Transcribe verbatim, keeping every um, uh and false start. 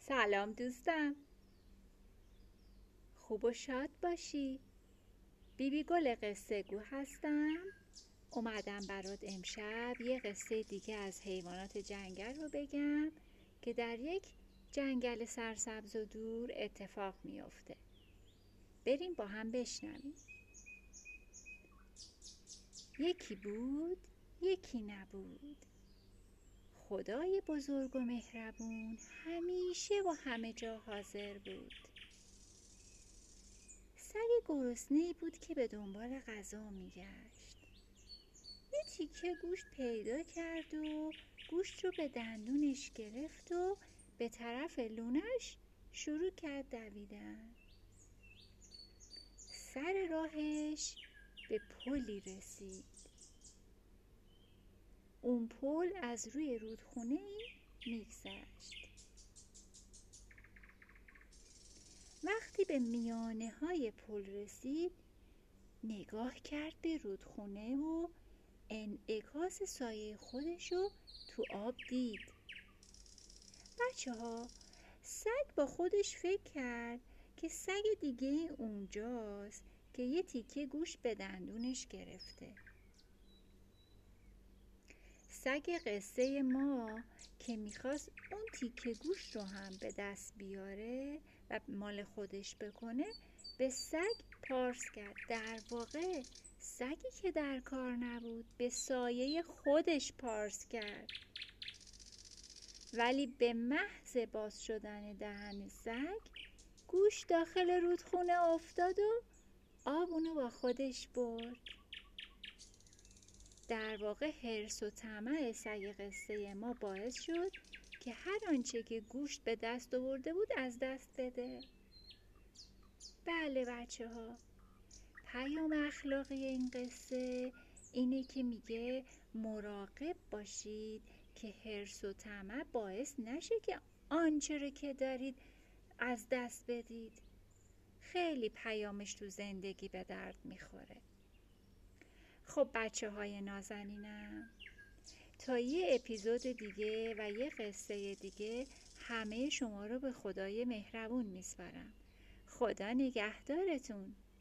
سلام دوستم، خوب و شاد باشی. بیبی گل قصه گو هستم. اومدم برات امشب یه قصه دیگه از حیوانات جنگل رو بگم که در یک جنگل سرسبز و دور اتفاق میفته. بریم با هم بشنویم. یکی بود، یکی نبود. خدای بزرگ و مهربون همیشه و همه جا حاضر بود. سگ گرسنه‌ای بود که به دنبال غذا میگشت. یه تیکه گوشت پیدا کرد و گوشت رو به دندونش گرفت و به طرف لونش شروع کرد دویدن. سر راهش به پلی رسید. اون پل از روی رودخونه‌ای میگذشت. وقتی به میانه های پل رسید نگاه کرد به رودخونه و انعکاس سایه خودشو تو آب دید. بچه ها، سگ با خودش فکر کرد که سگ دیگه اونجاست که یه تیکه گوشت به دندونش گرفته. سگ قصه ما که میخواست اون تیکه گوشت رو هم به دست بیاره و مال خودش بکنه به سگ پارس کرد. در واقع سگی که در کار نبود به سایه خودش پارس کرد، ولی به محض باز شدن دهن سگ گوشت داخل رودخونه افتاد و آب اونو با خودش برد. در واقع حرص و طمع سگ قصه ما باعث شد که هر آنچه که گوشت به دست آورده بود از دست بده. بله بچه ها، پیام اخلاقی این قصه اینه که میگه مراقب باشید که حرص و طمع باعث نشه که آنچه رو که دارید از دست بدید. خیلی پیامش تو زندگی به درد میخوره. خب بچه های نازنینم، تا یه اپیزود دیگه و یه قصه دیگه همه شما رو به خدای مهربون میسپارم. خدا نگهدارتون.